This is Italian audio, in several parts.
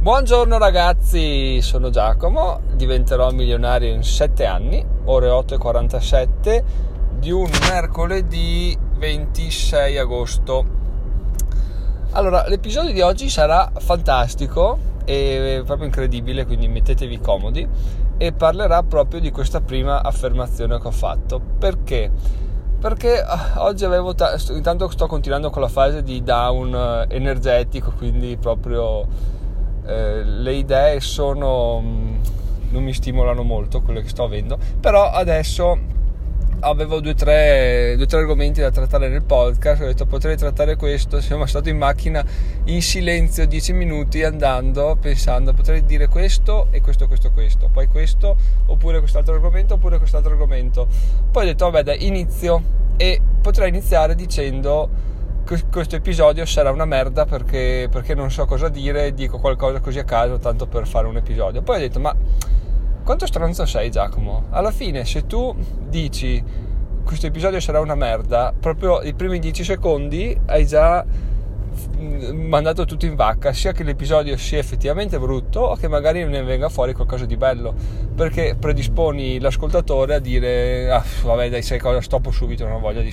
Buongiorno ragazzi, sono Giacomo, diventerò milionario in 7 anni, ore 8:47 di un mercoledì 26 agosto. Allora, l'episodio di oggi sarà fantastico e proprio incredibile, quindi mettetevi comodi, e parlerà proprio di questa prima affermazione che ho fatto. Perché? Perché oggi intanto sto continuando con la fase di down energetico, quindi proprio le idee non mi stimolano molto, quelle che sto avendo, però adesso avevo due o tre argomenti da trattare nel podcast. Ho detto potrei trattare questo, sono stato in macchina in silenzio 10 minuti andando, pensando potrei dire questo e questo, poi questo, oppure quest'altro argomento, poi ho detto vabbè dai, inizio, e potrei iniziare dicendo questo episodio sarà una merda perché non so cosa dire, dico qualcosa così a caso tanto per fare un episodio. Poi ho detto ma quanto stronzo sei, Giacomo? Alla fine se tu dici questo episodio sarà una merda, proprio i primi 10 secondi hai già mandato tutto in vacca, sia che l'episodio sia effettivamente brutto o che magari ne venga fuori qualcosa di bello, perché predisponi l'ascoltatore a dire vabbè dai, sai cosa, stoppo subito, non ho voglia di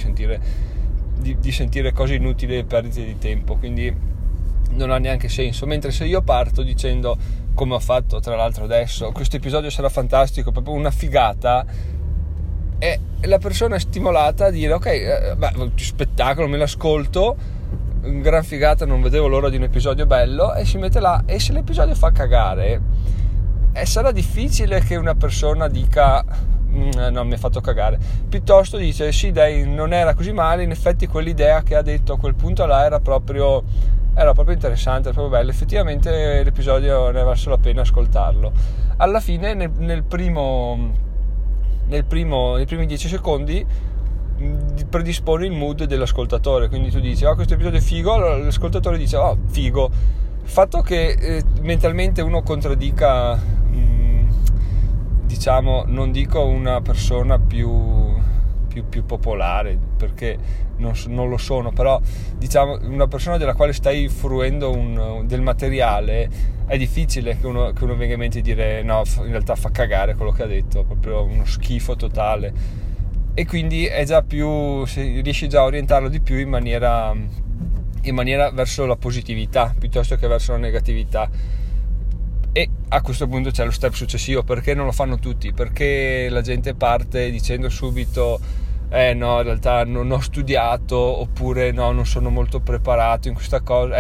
sentire cose inutili e perdite di tempo, quindi non ha neanche senso. Mentre se io parto dicendo, come ho fatto tra l'altro adesso, questo episodio sarà fantastico, proprio una figata, e la persona è stimolata a dire ok, spettacolo, me l'ascolto, gran figata, non vedevo l'ora di un episodio bello, e si mette là. E se l'episodio fa cagare, sarà difficile che una persona dica no, mi ha fatto cagare, piuttosto dice sì dai, non era così male, in effetti quell'idea che ha detto a quel punto là era proprio interessante, era proprio bello, effettivamente l'episodio ne è valso la pena ascoltarlo. Alla fine nei primi 10 secondi predisponi il mood dell'ascoltatore, quindi tu dici questo episodio è figo, allora l'ascoltatore dice figo. Il fatto che mentalmente uno contraddica, diciamo, non dico una persona più popolare, perché non lo sono, però diciamo una persona della quale stai fruendo del materiale, è difficile che uno venga in mente e dire no, in realtà fa cagare quello che ha detto, proprio uno schifo totale, e quindi è già più, se riesci già a orientarlo di più in maniera verso la positività piuttosto che verso la negatività. E a questo punto c'è lo step successivo: perché non lo fanno tutti? Perché la gente parte dicendo subito no, in realtà non ho studiato, oppure no, non sono molto preparato in questa cosa,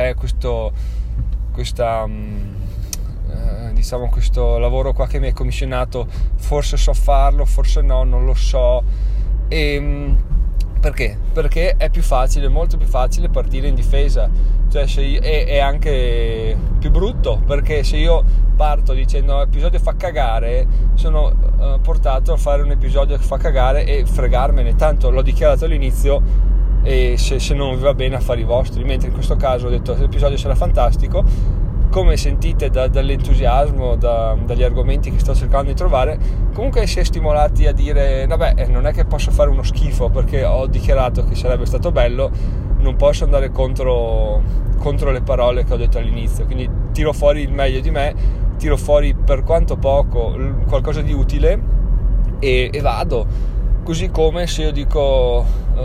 diciamo questo lavoro qua che mi hai commissionato, forse so farlo, forse no, non lo so. Perché? Perché è più facile, molto più facile partire in difesa, cioè è anche più brutto, perché se io parto dicendo l'episodio fa cagare, sono portato a fare un episodio che fa cagare e fregarmene, tanto l'ho dichiarato all'inizio, e se non vi va bene, affari vostri. Mentre in questo caso ho detto l'episodio sarà fantastico. Come sentite dall'entusiasmo, dagli argomenti che sto cercando di trovare, comunque si è stimolati a dire vabbè, non è che posso fare uno schifo perché ho dichiarato che sarebbe stato bello, non posso andare contro le parole che ho detto all'inizio, quindi tiro fuori il meglio di me, tiro fuori per quanto poco qualcosa di utile e vado. Così come se io dico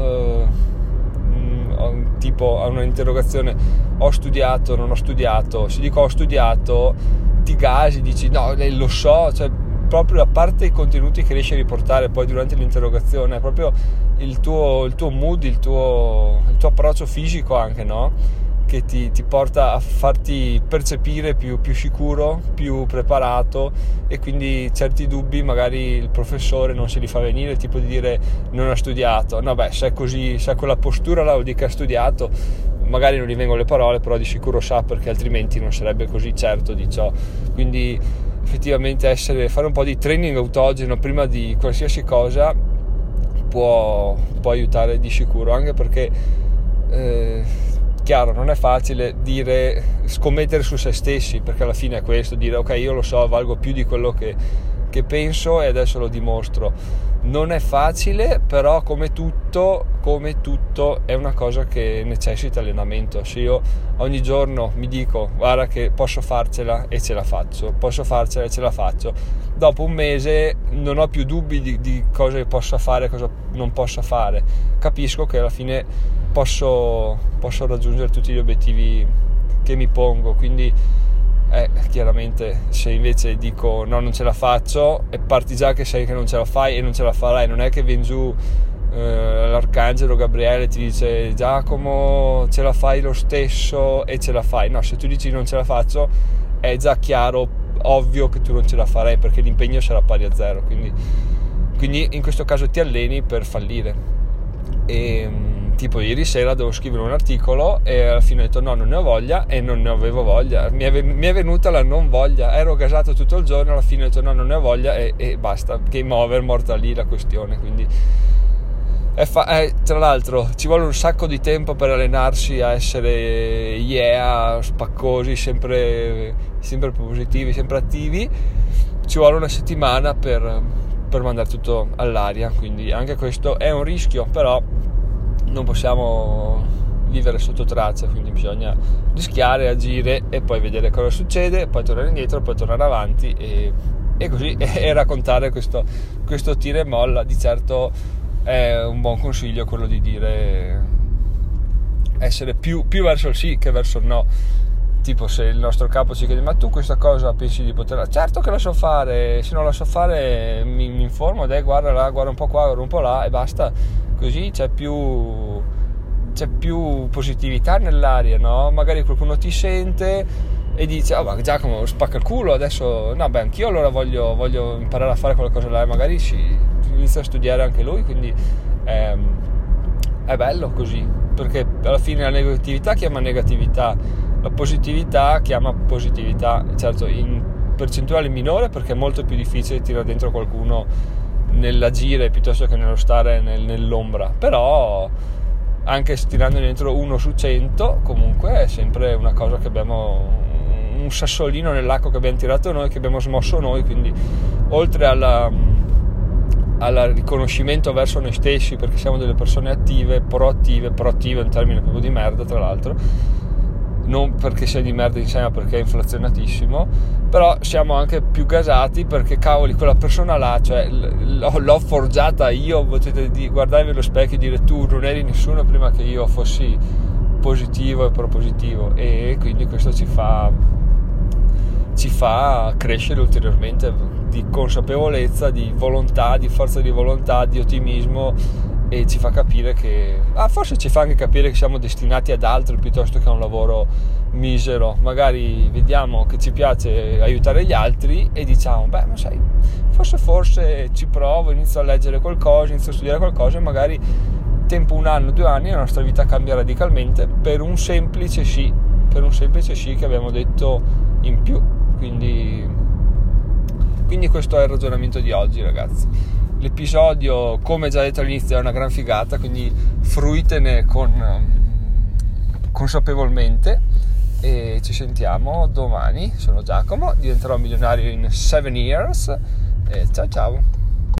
tipo a un'interrogazione ho studiato, non ho studiato, se dico ho studiato ti gasi, dici no, lo so, cioè proprio a parte i contenuti che riesci a riportare poi durante l'interrogazione, è proprio il tuo mood, il tuo approccio fisico anche, no? Che ti porta a farti percepire più sicuro, più preparato, e quindi certi dubbi magari il professore non se li fa venire, tipo di dire non ho studiato. No, beh, se è così, se ha quella postura là, vuol dire che ha studiato, magari non gli vengono le parole, però di sicuro sa, perché altrimenti non sarebbe così certo di ciò. Quindi effettivamente fare un po' di training autogeno prima di qualsiasi cosa può aiutare di sicuro, anche perché chiaro, non è facile scommettere su se stessi, perché alla fine è questo, dire ok, io lo so, valgo più di quello che che penso e adesso lo dimostro. Non è facile, però come tutto è una cosa che necessita allenamento. Se io ogni giorno mi dico guarda che posso farcela e ce la faccio, posso farcela e ce la faccio, dopo un mese non ho più dubbi di cosa possa fare e cosa non possa fare, capisco che alla fine posso raggiungere tutti gli obiettivi che mi pongo. Quindi chiaramente se invece dico no, non ce la faccio, e parti già che sai che non ce la fai e non ce la farai, non è che viene giù l'arcangelo Gabriele ti dice Giacomo ce la fai lo stesso e ce la fai. No, se tu dici non ce la faccio è già chiaro, ovvio che tu non ce la farai, perché l'impegno sarà pari a zero. Quindi in questo caso ti alleni per fallire. E tipo ieri sera devo scrivere un articolo e alla fine ho detto no, non ne ho voglia, e non ne avevo voglia, mi è venuta la non voglia, ero gasato tutto il giorno, alla fine ho detto no, non ne ho voglia e basta, game over, morta lì la questione. Quindi tra l'altro ci vuole un sacco di tempo per allenarsi a essere spaccosi, sempre positivi, sempre attivi. Ci vuole una settimana per mandare tutto all'aria, quindi anche questo è un rischio, però non possiamo vivere sotto traccia, quindi bisogna rischiare, agire e poi vedere cosa succede, poi tornare indietro, poi tornare avanti e così e raccontare questo tira e molla. Di certo è un buon consiglio quello di dire essere più verso il sì che verso il no. Tipo se il nostro capo ci chiede ma tu questa cosa pensi di poterla? Certo che la so fare, se non la so fare mi informo, guarda là, guarda un po' qua, guarda un po' là e basta. Così c'è più positività nell'aria, no? Magari qualcuno ti sente e dice ma Giacomo spacca il culo adesso, no beh anch'io allora voglio imparare a fare quella cosa là, e magari inizia a studiare anche lui. Quindi è bello così, perché alla fine la negatività chiama negatività, la positività chiama positività, certo in percentuale minore perché è molto più difficile tirare dentro qualcuno nell'agire piuttosto che nello stare nell'ombra, però anche tirando dentro 1 su 100 comunque è sempre una cosa che abbiamo, un sassolino nell'acqua che abbiamo tirato noi, che abbiamo smosso noi. Quindi oltre al riconoscimento verso noi stessi, perché siamo delle persone attive, proattive è un termine proprio di merda tra l'altro, non perché sia di merda insieme, perché è inflazionatissimo, però siamo anche più gasati perché cavoli quella persona là, cioè l'ho forgiata io. Potete guardarvi allo specchio e dire tu non eri nessuno prima che io fossi positivo e propositivo, e quindi questo ci fa crescere ulteriormente di consapevolezza, di volontà, di forza di volontà, di ottimismo, e ci fa capire che forse ci fa anche capire che siamo destinati ad altro piuttosto che a un lavoro misero. Magari vediamo che ci piace aiutare gli altri e diciamo beh ma sai, forse ci provo, inizio a leggere qualcosa, inizio a studiare qualcosa e magari tempo 1 anno, 2 anni la nostra vita cambia radicalmente per un semplice sì che abbiamo detto in più. Quindi questo è il ragionamento di oggi, ragazzi. L'episodio, come già detto all'inizio, è una gran figata, quindi fruitene consapevolmente e ci sentiamo domani. Sono Giacomo, diventerò milionario in 7 years e ciao ciao.